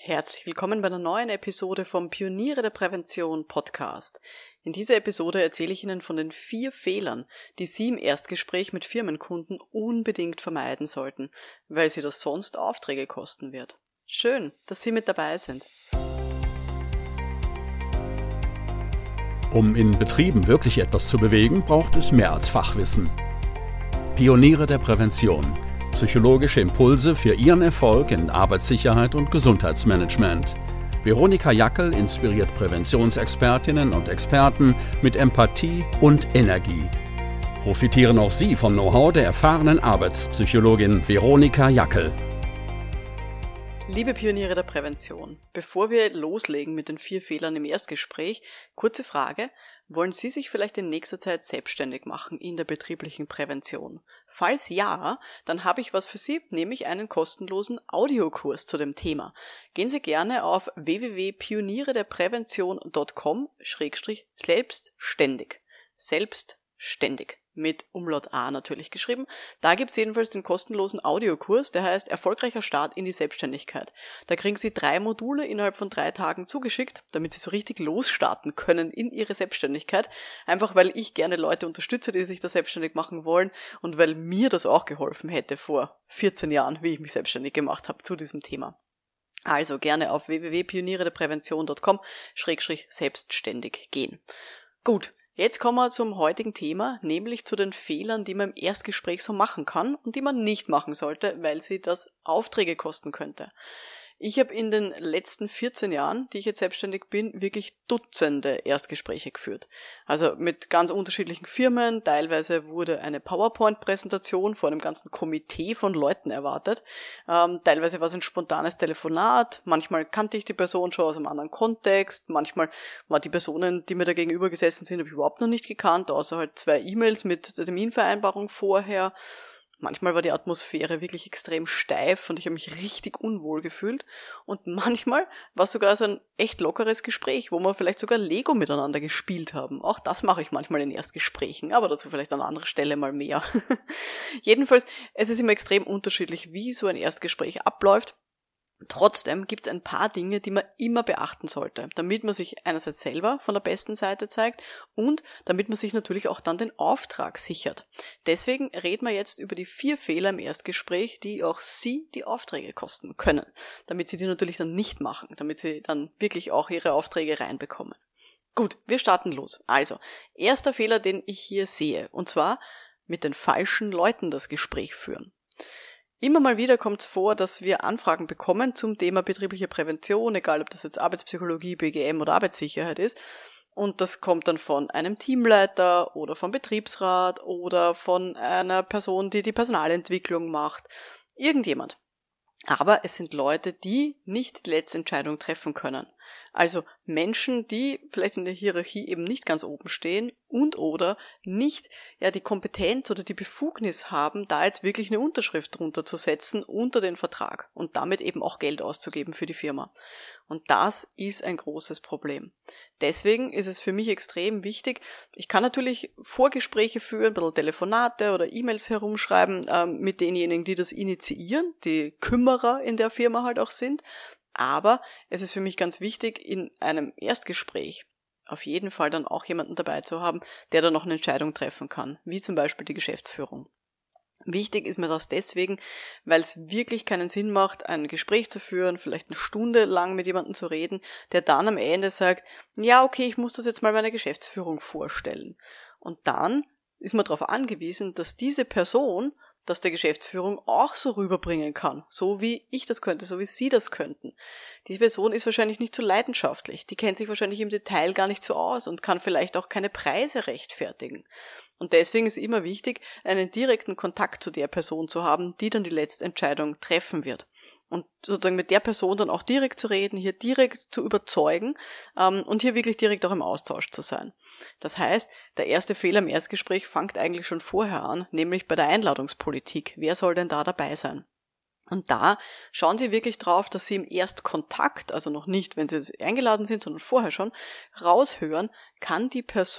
Herzlich willkommen bei einer neuen Episode vom Pioniere der Prävention Podcast. In dieser Episode erzähle ich Ihnen von den 4 Fehlern, die Sie im Erstgespräch mit Firmenkunden unbedingt vermeiden sollten, weil Sie das sonst Aufträge kosten wird. Schön, dass Sie mit dabei sind. Um in Betrieben wirklich etwas zu bewegen, braucht es mehr als Fachwissen. Pioniere der Prävention. Psychologische Impulse für Ihren Erfolg in Arbeitssicherheit und Gesundheitsmanagement. Veronika Jackel inspiriert Präventionsexpertinnen und Experten mit Empathie und Energie. Profitieren auch Sie vom Know-how der erfahrenen Arbeitspsychologin Veronika Jackel. Liebe Pioniere der Prävention, bevor wir loslegen mit den 4 Fehlern im Erstgespräch, kurze Frage: Wollen Sie sich vielleicht in nächster Zeit selbstständig machen in der betrieblichen Prävention? Falls ja, dann habe ich was für Sie, nämlich einen kostenlosen Audiokurs zu dem Thema. Gehen Sie gerne auf www.pionierederprävention.com/selbstständig. Selbstständig. Mit Umlaut A natürlich geschrieben. Da gibt's jedenfalls den kostenlosen Audiokurs, der heißt Erfolgreicher Start in die Selbstständigkeit. Da kriegen Sie 3 Module innerhalb von 3 Tagen zugeschickt, damit Sie so richtig losstarten können in Ihre Selbstständigkeit. Einfach weil ich gerne Leute unterstütze, die sich da selbstständig machen wollen und weil mir das auch geholfen hätte vor 14 Jahren, wie ich mich selbstständig gemacht habe zu diesem Thema. Also gerne auf www.pionierederprävention.com/selbstständig gehen. Gut. Jetzt kommen wir zum heutigen Thema, nämlich zu den Fehlern, die man im Erstgespräch so machen kann und die man nicht machen sollte, weil sie das Aufträge kosten könnte. Ich habe in den letzten 14 Jahren, die ich jetzt selbstständig bin, wirklich Dutzende Erstgespräche geführt. Also mit ganz unterschiedlichen Firmen. Teilweise wurde eine PowerPoint-Präsentation vor einem ganzen Komitee von Leuten erwartet. Teilweise war es ein spontanes Telefonat. Manchmal kannte ich die Person schon aus einem anderen Kontext. Manchmal war die Personen, die mir da gegenüber gesessen sind, habe ich überhaupt noch nicht gekannt, außer halt 2 E-Mails mit der Terminvereinbarung vorher. Manchmal war die Atmosphäre wirklich extrem steif und ich habe mich richtig unwohl gefühlt. Und manchmal war es sogar so ein echt lockeres Gespräch, wo wir vielleicht sogar Lego miteinander gespielt haben. Auch das mache ich manchmal in Erstgesprächen, aber dazu vielleicht an anderer Stelle mal mehr. Jedenfalls, es ist immer extrem unterschiedlich, wie so ein Erstgespräch abläuft. Trotzdem gibt es ein paar Dinge, die man immer beachten sollte, damit man sich einerseits selber von der besten Seite zeigt und damit man sich natürlich auch dann den Auftrag sichert. Deswegen reden wir jetzt über die 4 Fehler im Erstgespräch, die auch Sie die Aufträge kosten können, damit Sie die natürlich dann nicht machen, damit Sie dann wirklich auch Ihre Aufträge reinbekommen. Gut, wir starten los. Also, erster Fehler, den ich hier sehe, und zwar mit den falschen Leuten das Gespräch führen. Immer mal wieder kommt es vor, dass wir Anfragen bekommen zum Thema betriebliche Prävention, egal ob das jetzt Arbeitspsychologie, BGM oder Arbeitssicherheit ist. Und das kommt dann von einem Teamleiter oder vom Betriebsrat oder von einer Person, die die Personalentwicklung macht. Irgendjemand. Aber es sind Leute, die nicht die letzte Entscheidung treffen können. Also Menschen, die vielleicht in der Hierarchie eben nicht ganz oben stehen und oder nicht die Kompetenz oder die Befugnis haben, da jetzt wirklich eine Unterschrift drunter zu setzen unter den Vertrag und damit eben auch Geld auszugeben für die Firma. Und das ist ein großes Problem. Deswegen ist es für mich extrem wichtig, ich kann natürlich Vorgespräche führen, ein bisschen Telefonate oder E-Mails herumschreiben mit denjenigen, die das initiieren, die Kümmerer in der Firma halt auch sind. Aber es ist für mich ganz wichtig, in einem Erstgespräch auf jeden Fall dann auch jemanden dabei zu haben, der dann noch eine Entscheidung treffen kann, wie zum Beispiel die Geschäftsführung. Wichtig ist mir das deswegen, weil es wirklich keinen Sinn macht, ein Gespräch zu führen, vielleicht eine Stunde lang mit jemandem zu reden, der dann am Ende sagt, ja okay, ich muss das jetzt mal meiner Geschäftsführung vorstellen. Und dann ist man darauf angewiesen, dass diese Person das der Geschäftsführung auch so rüberbringen kann, so wie ich das könnte, so wie Sie das könnten. Diese Person ist wahrscheinlich nicht so leidenschaftlich, die kennt sich wahrscheinlich im Detail gar nicht so aus und kann vielleicht auch keine Preise rechtfertigen. Und deswegen ist immer wichtig, einen direkten Kontakt zu der Person zu haben, die dann die letzte Entscheidung treffen wird. Und sozusagen mit der Person dann auch direkt zu reden, hier direkt zu überzeugen und hier wirklich direkt auch im Austausch zu sein. Das heißt, der erste Fehler im Erstgespräch fängt eigentlich schon vorher an, nämlich bei der Einladungspolitik. Wer soll denn da dabei sein? Und da schauen Sie wirklich drauf, dass Sie im Erstkontakt, also noch nicht, wenn Sie eingeladen sind, sondern vorher schon, raushören, kann die Person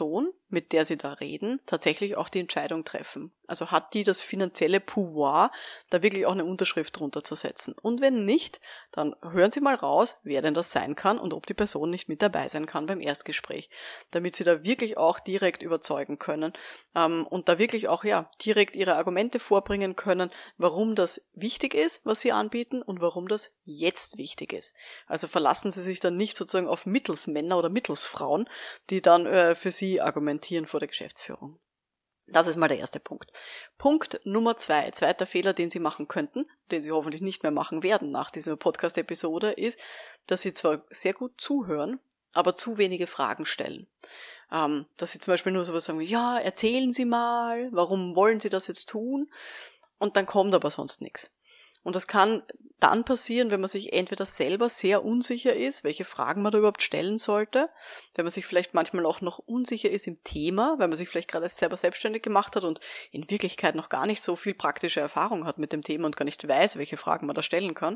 mit der Sie da reden, tatsächlich auch die Entscheidung treffen? Also hat die das finanzielle Pouvoir, da wirklich auch eine Unterschrift drunter zu setzen? Und wenn nicht, dann hören Sie mal raus, wer denn das sein kann und ob die Person nicht mit dabei sein kann beim Erstgespräch, damit Sie da wirklich auch direkt überzeugen können und da wirklich auch direkt Ihre Argumente vorbringen können, warum das wichtig ist, was Sie anbieten und warum das jetzt wichtig ist. Also verlassen Sie sich dann nicht sozusagen auf Mittelsmänner oder Mittelsfrauen, die dann für Sie argumentieren vor der Geschäftsführung. Das ist mal der erste Punkt. Punkt Nummer 2, zweiter Fehler, den Sie machen könnten, den Sie hoffentlich nicht mehr machen werden nach dieser Podcast-Episode, ist, dass Sie zwar sehr gut zuhören, aber zu wenige Fragen stellen. Dass Sie zum Beispiel nur sowas sagen wie, ja, erzählen Sie mal, warum wollen Sie das jetzt tun? Und dann kommt aber sonst nichts. Und das kann dann passieren, wenn man sich entweder selber sehr unsicher ist, welche Fragen man da überhaupt stellen sollte, wenn man sich vielleicht manchmal auch noch unsicher ist im Thema, weil man sich vielleicht gerade selber selbstständig gemacht hat und in Wirklichkeit noch gar nicht so viel praktische Erfahrung hat mit dem Thema und gar nicht weiß, welche Fragen man da stellen kann.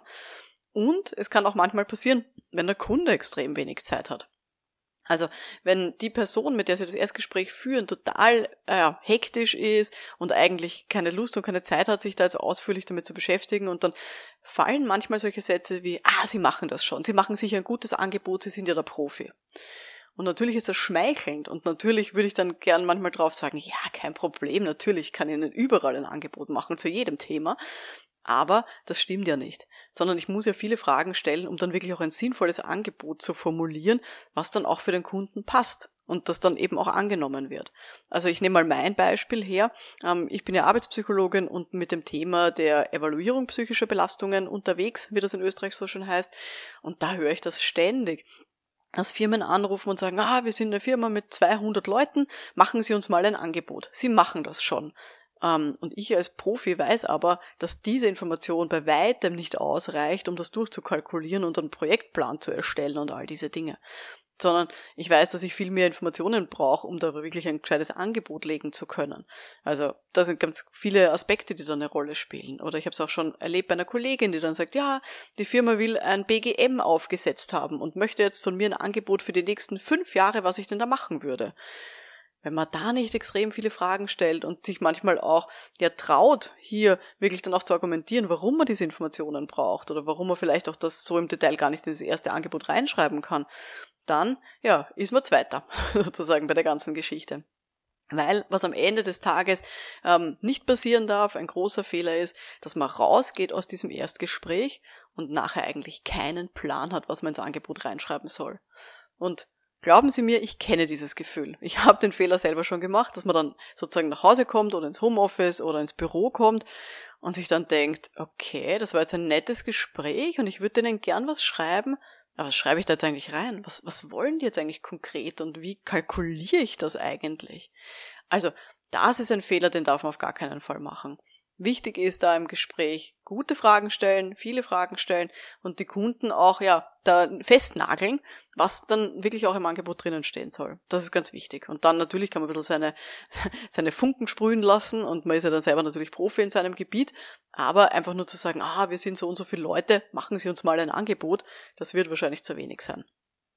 Und es kann auch manchmal passieren, wenn der Kunde extrem wenig Zeit hat. Also wenn die Person, mit der Sie das Erstgespräch führen, total hektisch ist und eigentlich keine Lust und keine Zeit hat, sich da jetzt ausführlich damit zu beschäftigen, und dann fallen manchmal solche Sätze wie, Sie machen das schon, Sie machen sicher ein gutes Angebot, Sie sind ja der Profi. Und natürlich ist das schmeichelnd und natürlich würde ich dann gern manchmal drauf sagen, ja, kein Problem, natürlich kann ich Ihnen überall ein Angebot machen, zu jedem Thema. Aber das stimmt ja nicht, sondern ich muss ja viele Fragen stellen, um dann wirklich auch ein sinnvolles Angebot zu formulieren, was dann auch für den Kunden passt und das dann eben auch angenommen wird. Also ich nehme mal mein Beispiel her. Ich bin ja Arbeitspsychologin und mit dem Thema der Evaluierung psychischer Belastungen unterwegs, wie das in Österreich so schön heißt. Und da höre ich das ständig, dass Firmen anrufen und sagen, wir sind eine Firma mit 200 Leuten, machen Sie uns mal ein Angebot. Sie machen das schon. Und ich als Profi weiß aber, dass diese Information bei weitem nicht ausreicht, um das durchzukalkulieren und einen Projektplan zu erstellen und all diese Dinge. Sondern ich weiß, dass ich viel mehr Informationen brauche, um da wirklich ein gescheites Angebot legen zu können. Also da sind ganz viele Aspekte, die da eine Rolle spielen. Oder ich habe es auch schon erlebt bei einer Kollegin, die dann sagt, die Firma will ein BGM aufgesetzt haben und möchte jetzt von mir ein Angebot für die nächsten 5 Jahre, was ich denn da machen würde. Wenn man da nicht extrem viele Fragen stellt und sich manchmal auch traut, hier wirklich dann auch zu argumentieren, warum man diese Informationen braucht oder warum man vielleicht auch das so im Detail gar nicht in das erste Angebot reinschreiben kann, dann ist man Zweiter sozusagen bei der ganzen Geschichte. Weil was am Ende des Tages nicht passieren darf, ein großer Fehler ist, dass man rausgeht aus diesem Erstgespräch und nachher eigentlich keinen Plan hat, was man ins Angebot reinschreiben soll. Und glauben Sie mir, ich kenne dieses Gefühl. Ich habe den Fehler selber schon gemacht, dass man dann sozusagen nach Hause kommt oder ins Homeoffice oder ins Büro kommt und sich dann denkt, okay, das war jetzt ein nettes Gespräch und ich würde denen gern was schreiben, aber was schreibe ich da jetzt eigentlich rein? Was wollen die jetzt eigentlich konkret und wie kalkuliere ich das eigentlich? Also, das ist ein Fehler, den darf man auf gar keinen Fall machen. Wichtig ist da im Gespräch gute Fragen stellen, viele Fragen stellen und die Kunden auch da festnageln, was dann wirklich auch im Angebot drinnen stehen soll. Das ist ganz wichtig. Und dann natürlich kann man ein bisschen seine Funken sprühen lassen und man ist ja dann selber natürlich Profi in seinem Gebiet, aber einfach nur zu sagen, wir sind so und so viele Leute, machen Sie uns mal ein Angebot, das wird wahrscheinlich zu wenig sein.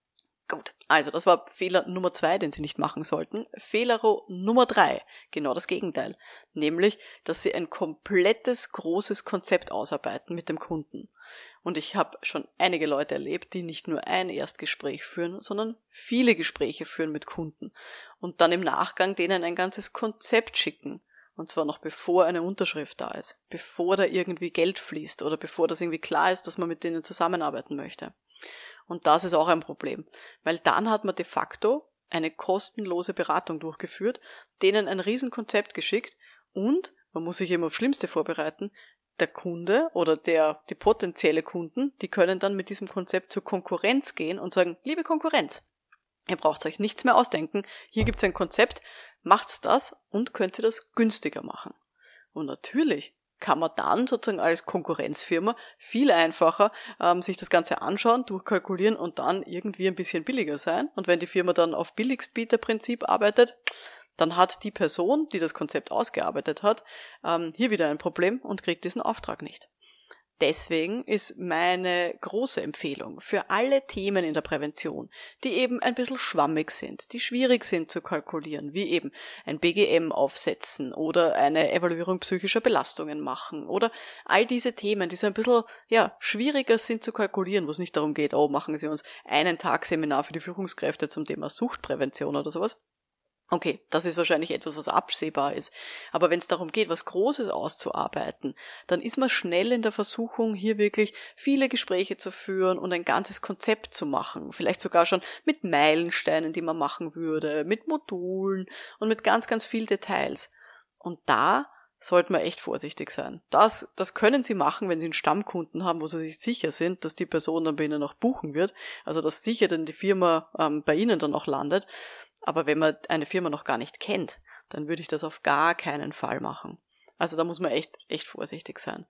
Gut, also das war Fehler Nummer 2, den Sie nicht machen sollten. Fehler Nummer 3, genau das Gegenteil. Nämlich, dass Sie ein komplettes, großes Konzept ausarbeiten mit dem Kunden. Und ich habe schon einige Leute erlebt, die nicht nur ein Erstgespräch führen, sondern viele Gespräche führen mit Kunden. Und dann im Nachgang denen ein ganzes Konzept schicken. Und zwar noch bevor eine Unterschrift da ist. Bevor da irgendwie Geld fließt oder bevor das irgendwie klar ist, dass man mit denen zusammenarbeiten möchte. Und das ist auch ein Problem, weil dann hat man de facto eine kostenlose Beratung durchgeführt, denen ein Riesenkonzept geschickt und, man muss sich eben aufs Schlimmste vorbereiten, der Kunde oder die potenzielle Kunden, die können dann mit diesem Konzept zur Konkurrenz gehen und sagen, liebe Konkurrenz, ihr braucht euch nichts mehr ausdenken, hier gibt's ein Konzept, macht's das und könnt ihr das günstiger machen. Und natürlich kann man dann sozusagen als Konkurrenzfirma viel einfacher sich das Ganze anschauen, durchkalkulieren und dann irgendwie ein bisschen billiger sein. Und wenn die Firma dann auf Billigstbieterprinzip arbeitet, dann hat die Person, die das Konzept ausgearbeitet hat, hier wieder ein Problem und kriegt diesen Auftrag nicht. Deswegen ist meine große Empfehlung für alle Themen in der Prävention, die eben ein bisschen schwammig sind, die schwierig sind zu kalkulieren, wie eben ein BGM aufsetzen oder eine Evaluierung psychischer Belastungen machen oder all diese Themen, die so ein bisschen schwieriger sind zu kalkulieren, wo es nicht darum geht, machen Sie uns einen Tag Seminar für die Führungskräfte zum Thema Suchtprävention oder sowas. Okay, das ist wahrscheinlich etwas, was absehbar ist. Aber wenn es darum geht, was Großes auszuarbeiten, dann ist man schnell in der Versuchung, hier wirklich viele Gespräche zu führen und ein ganzes Konzept zu machen. Vielleicht sogar schon mit Meilensteinen, die man machen würde, mit Modulen und mit ganz, ganz viel Details. Und da sollte man echt vorsichtig sein. Das können Sie machen, wenn Sie einen Stammkunden haben, wo Sie sich sicher sind, dass die Person dann bei Ihnen auch buchen wird. Also dass sicher dann die Firma bei Ihnen dann auch landet. Aber wenn man eine Firma noch gar nicht kennt, dann würde ich das auf gar keinen Fall machen. Also da muss man echt vorsichtig sein.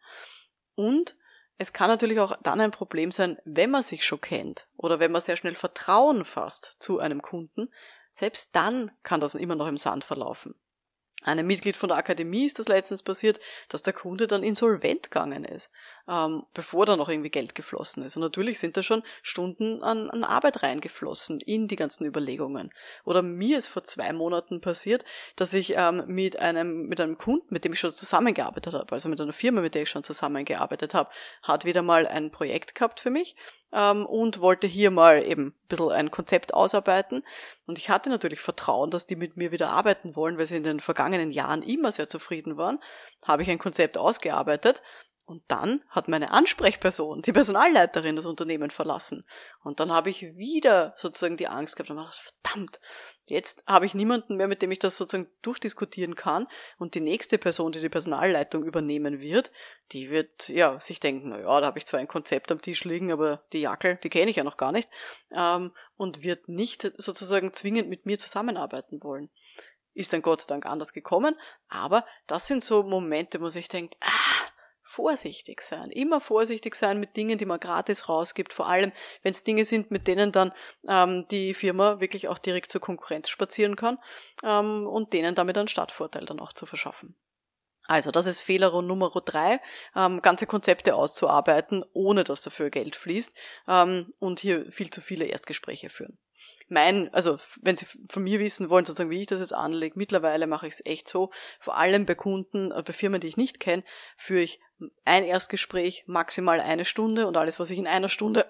Und es kann natürlich auch dann ein Problem sein, wenn man sich schon kennt oder wenn man sehr schnell Vertrauen fasst zu einem Kunden. Selbst dann kann das immer noch im Sand verlaufen. Einem Mitglied von der Akademie ist das letztens passiert, dass der Kunde dann insolvent gegangen ist, bevor da noch irgendwie Geld geflossen ist. Und natürlich sind da schon Stunden an Arbeit reingeflossen in die ganzen Überlegungen. Oder mir ist vor 2 Monaten passiert, dass ich mit einem Kunden, mit dem ich schon zusammengearbeitet habe, also mit einer Firma, mit der ich schon zusammengearbeitet habe, hat wieder mal ein Projekt gehabt für mich. Und wollte hier mal eben ein bisschen ein Konzept ausarbeiten. Und ich hatte natürlich Vertrauen, dass die mit mir wieder arbeiten wollen, weil sie in den vergangenen Jahren immer sehr zufrieden waren. Habe ich ein Konzept ausgearbeitet und dann hat meine Ansprechperson, die Personalleiterin, das Unternehmen verlassen. Und dann habe ich wieder sozusagen die Angst gehabt, und dachte, verdammt, jetzt habe ich niemanden mehr, mit dem ich das sozusagen durchdiskutieren kann. Und die nächste Person, die die Personalleitung übernehmen wird, die wird sich denken, da habe ich zwar ein Konzept am Tisch liegen, aber die Jackel, die kenne ich ja noch gar nicht, und wird nicht sozusagen zwingend mit mir zusammenarbeiten wollen. Ist dann Gott sei Dank anders gekommen, aber das sind so Momente, wo sich denkt, vorsichtig sein, immer vorsichtig sein mit Dingen, die man gratis rausgibt, vor allem wenn es Dinge sind, mit denen dann die Firma wirklich auch direkt zur Konkurrenz spazieren kann und denen damit einen Startvorteil dann auch zu verschaffen. Also das ist Fehler Nummer 3, ganze Konzepte auszuarbeiten, ohne dass dafür Geld fließt und hier viel zu viele Erstgespräche führen. Also wenn Sie von mir wissen wollen, sozusagen wie ich das jetzt anlege, mittlerweile mache ich es echt so, vor allem bei Kunden, bei Firmen, die ich nicht kenne, führe ich ein Erstgespräch, maximal 1 Stunde und alles, was ich in 1 Stunde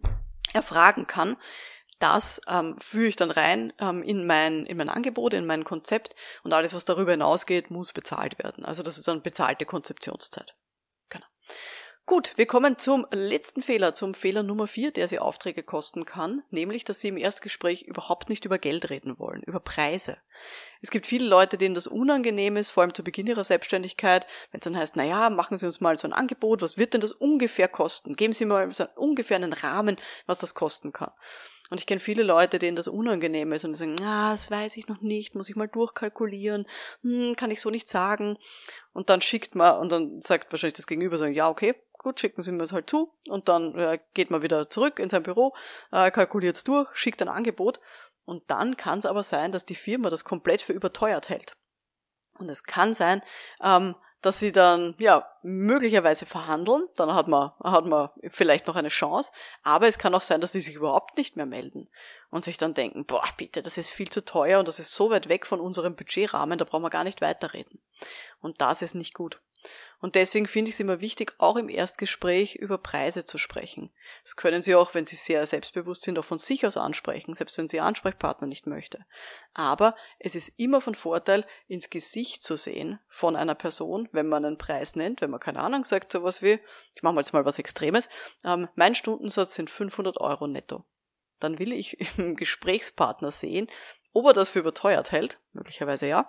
erfragen kann, das führe ich dann rein in mein Angebot, in mein Konzept und alles, was darüber hinausgeht, muss bezahlt werden. Also das ist dann bezahlte Konzeptionszeit. Genau. Gut, wir kommen zum letzten Fehler, zum Fehler Nummer 4, der Sie Aufträge kosten kann, nämlich, dass Sie im Erstgespräch überhaupt nicht über Geld reden wollen, über Preise. Es gibt viele Leute, denen das unangenehm ist, vor allem zu Beginn ihrer Selbstständigkeit, wenn es dann heißt, machen Sie uns mal so ein Angebot, was wird denn das ungefähr kosten? Geben Sie mal so ungefähr einen Rahmen, was das kosten kann. Und ich kenne viele Leute, denen das unangenehm ist und die sagen, das weiß ich noch nicht, muss ich mal durchkalkulieren, kann ich so nicht sagen. Und dann dann sagt wahrscheinlich das Gegenüber so, ja, okay, gut, schicken Sie mir das halt zu. Und dann geht man wieder zurück in sein Büro, kalkuliert es durch, schickt ein Angebot. Und dann kann es aber sein, dass die Firma das komplett für überteuert hält. Und es kann sein, dass sie dann möglicherweise verhandeln, dann hat man vielleicht noch eine Chance, aber es kann auch sein, dass die sich überhaupt nicht mehr melden und sich dann denken, bitte, das ist viel zu teuer und das ist so weit weg von unserem Budgetrahmen, da brauchen wir gar nicht weiterreden. Und das ist nicht gut. Und deswegen finde ich es immer wichtig, auch im Erstgespräch über Preise zu sprechen. Das können Sie auch, wenn Sie sehr selbstbewusst sind, auch von sich aus ansprechen, selbst wenn Sie Ihr Ansprechpartner nicht möchte. Aber es ist immer von Vorteil, ins Gesicht zu sehen von einer Person, wenn man einen Preis nennt, wenn man, keine Ahnung, sagt sowas wie, ich mache mal jetzt mal was Extremes, mein Stundensatz sind 500 € netto. Dann will ich im Gesprächspartner sehen, ob er das für überteuert hält, möglicherweise ja,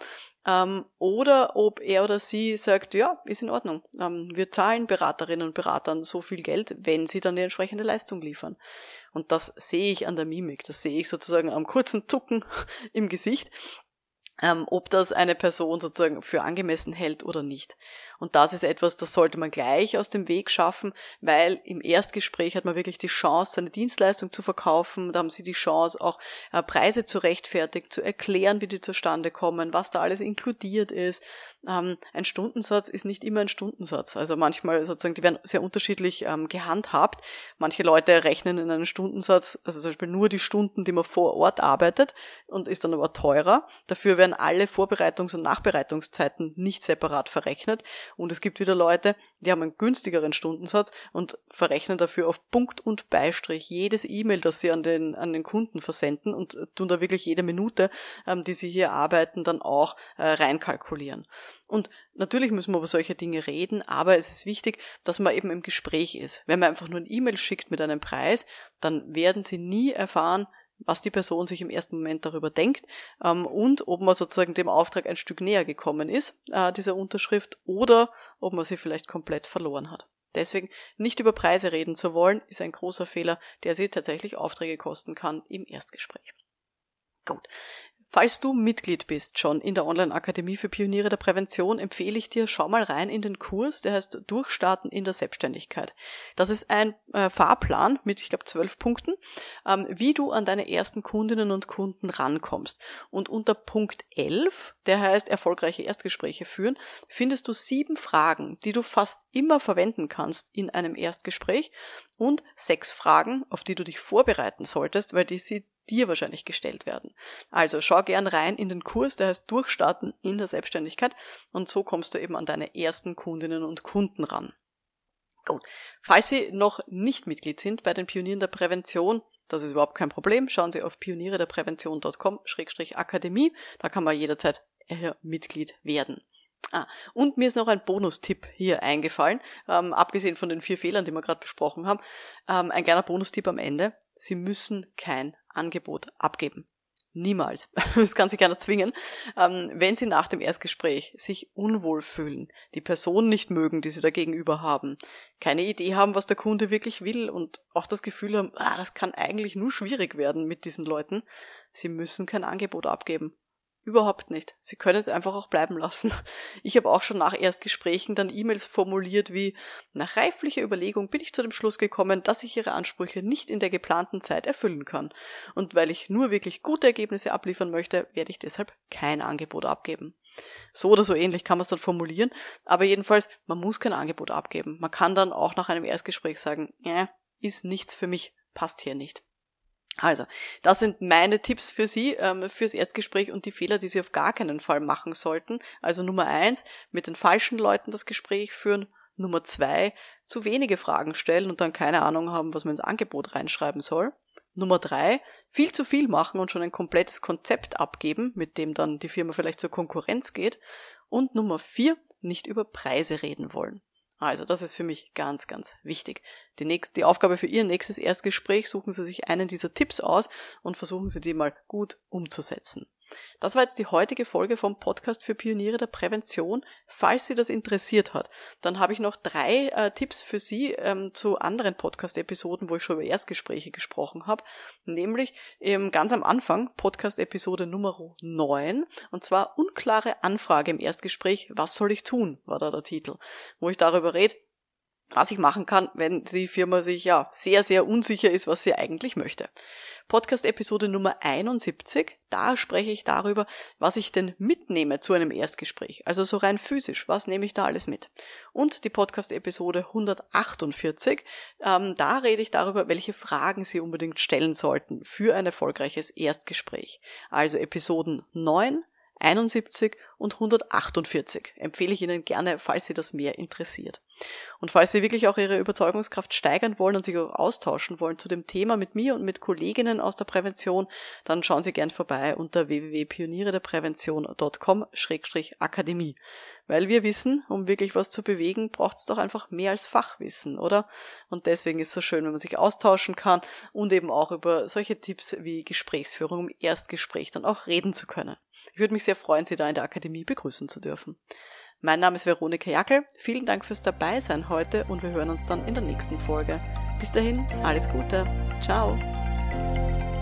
oder ob er oder sie sagt, ja, ist in Ordnung. Wir zahlen Beraterinnen und Beratern so viel Geld, wenn sie dann die entsprechende Leistung liefern. Und das sehe ich an der Mimik, das sehe ich sozusagen am kurzen Zucken im Gesicht, ob das eine Person sozusagen für angemessen hält oder nicht. Und das ist etwas, das sollte man gleich aus dem Weg schaffen, weil im Erstgespräch hat man wirklich die Chance, seine Dienstleistung zu verkaufen. Da haben Sie die Chance, auch Preise zu rechtfertigen, zu erklären, wie die zustande kommen, was da alles inkludiert ist. Ein Stundensatz ist nicht immer ein Stundensatz. Also manchmal sozusagen, die werden sehr unterschiedlich gehandhabt. Manche Leute rechnen in einen Stundensatz, also zum Beispiel nur die Stunden, die man vor Ort arbeitet, und ist dann aber teurer. Dafür werden alle Vorbereitungs- und Nachbereitungszeiten nicht separat verrechnet. Und es gibt wieder Leute, die haben einen günstigeren Stundensatz und verrechnen dafür auf Punkt und Beistrich jedes E-Mail, das sie an den Kunden versenden, und tun da wirklich jede Minute, die sie hier arbeiten, dann auch reinkalkulieren. Und natürlich müssen wir über solche Dinge reden, aber es ist wichtig, dass man eben im Gespräch ist. Wenn man einfach nur ein E-Mail schickt mit einem Preis, dann werden Sie nie erfahren, was die Person sich im ersten Moment darüber denkt und ob man sozusagen dem Auftrag ein Stück näher gekommen ist, dieser Unterschrift, oder ob man sie vielleicht komplett verloren hat. Deswegen nicht über Preise reden zu wollen, ist ein großer Fehler, der Sie tatsächlich Aufträge kosten kann im Erstgespräch. Gut. Falls du Mitglied bist schon in der Online-Akademie für Pioniere der Prävention, empfehle ich dir, schau mal rein in den Kurs, der heißt Durchstarten in der Selbstständigkeit. Das ist ein Fahrplan mit, ich glaube, 12 Punkten, wie du an deine ersten Kundinnen und Kunden rankommst. Und unter Punkt 11, der heißt erfolgreiche Erstgespräche führen, findest du 7 Fragen, die du fast immer verwenden kannst in einem Erstgespräch, und 6 Fragen, auf die du dich vorbereiten solltest, weil die dir wahrscheinlich gestellt werden. Also schau gern rein in den Kurs, der heißt Durchstarten in der Selbstständigkeit, und so kommst du eben an deine ersten Kundinnen und Kunden ran. Gut. Falls Sie noch nicht Mitglied sind bei den Pionieren der Prävention, das ist überhaupt kein Problem, schauen Sie auf pionierederprävention.com/akademie, da kann man jederzeit Mitglied werden. Und mir ist noch ein Bonustipp hier eingefallen, abgesehen von den 4 Fehlern, die wir gerade besprochen haben, ein kleiner Bonustipp am Ende. Sie müssen kein Angebot abgeben. Niemals. Das kann sich keiner zwingen. Wenn Sie nach dem Erstgespräch sich unwohl fühlen, die Person nicht mögen, die Sie da gegenüber haben, keine Idee haben, was der Kunde wirklich will, und auch das Gefühl haben, das kann eigentlich nur schwierig werden mit diesen Leuten, Sie müssen kein Angebot abgeben. Überhaupt nicht. Sie können es einfach auch bleiben lassen. Ich habe auch schon nach Erstgesprächen dann E-Mails formuliert wie: Nach reiflicher Überlegung bin ich zu dem Schluss gekommen, dass ich Ihre Ansprüche nicht in der geplanten Zeit erfüllen kann. Und weil ich nur wirklich gute Ergebnisse abliefern möchte, werde ich deshalb kein Angebot abgeben. So oder so ähnlich kann man es dann formulieren, aber jedenfalls, man muss kein Angebot abgeben. Man kann dann auch nach einem Erstgespräch sagen, ist nichts für mich, passt hier nicht. Also, das sind meine Tipps für Sie, fürs Erstgespräch und die Fehler, die Sie auf gar keinen Fall machen sollten. Also Nummer 1, mit den falschen Leuten das Gespräch führen. Nummer 2, zu wenige Fragen stellen und dann keine Ahnung haben, was man ins Angebot reinschreiben soll. Nummer 3, viel zu viel machen und schon ein komplettes Konzept abgeben, mit dem dann die Firma vielleicht zur Konkurrenz geht. Und Nummer 4, nicht über Preise reden wollen. Also das ist für mich ganz, ganz wichtig. Die Aufgabe für Ihr nächstes Erstgespräch: suchen Sie sich einen dieser Tipps aus und versuchen Sie die mal gut umzusetzen. Das war jetzt die heutige Folge vom Podcast für Pioniere der Prävention. Falls Sie das interessiert hat, dann habe ich noch 3 Tipps für Sie zu anderen Podcast-Episoden, wo ich schon über Erstgespräche gesprochen habe. Nämlich ganz am Anfang, Podcast-Episode Nummer 9, und zwar unklare Anfrage im Erstgespräch, was soll ich tun, war da der Titel, wo ich darüber rede, was ich machen kann, wenn die Firma sich sehr, sehr unsicher ist, was sie eigentlich möchte. Podcast-Episode Nummer 71, da spreche ich darüber, was ich denn mitnehme zu einem Erstgespräch. Also so rein physisch, was nehme ich da alles mit? Und die Podcast-Episode 148, da rede ich darüber, welche Fragen Sie unbedingt stellen sollten für ein erfolgreiches Erstgespräch. Also Episoden 9, 71 und 148 empfehle ich Ihnen gerne, falls Sie das mehr interessiert. Und falls Sie wirklich auch Ihre Überzeugungskraft steigern wollen und sich auch austauschen wollen zu dem Thema mit mir und mit Kolleginnen aus der Prävention, dann schauen Sie gern vorbei unter www.pionierederprävention.com/akademie. Weil wir wissen, um wirklich was zu bewegen, braucht es doch einfach mehr als Fachwissen, oder? Und deswegen ist es so schön, wenn man sich austauschen kann und eben auch über solche Tipps wie Gesprächsführung im Erstgespräch dann auch reden zu können. Ich würde mich sehr freuen, Sie da in der Akademie begrüßen zu dürfen. Mein Name ist Veronika Jackel. Vielen Dank fürs Dabeisein heute und wir hören uns dann in der nächsten Folge. Bis dahin, alles Gute. Ciao.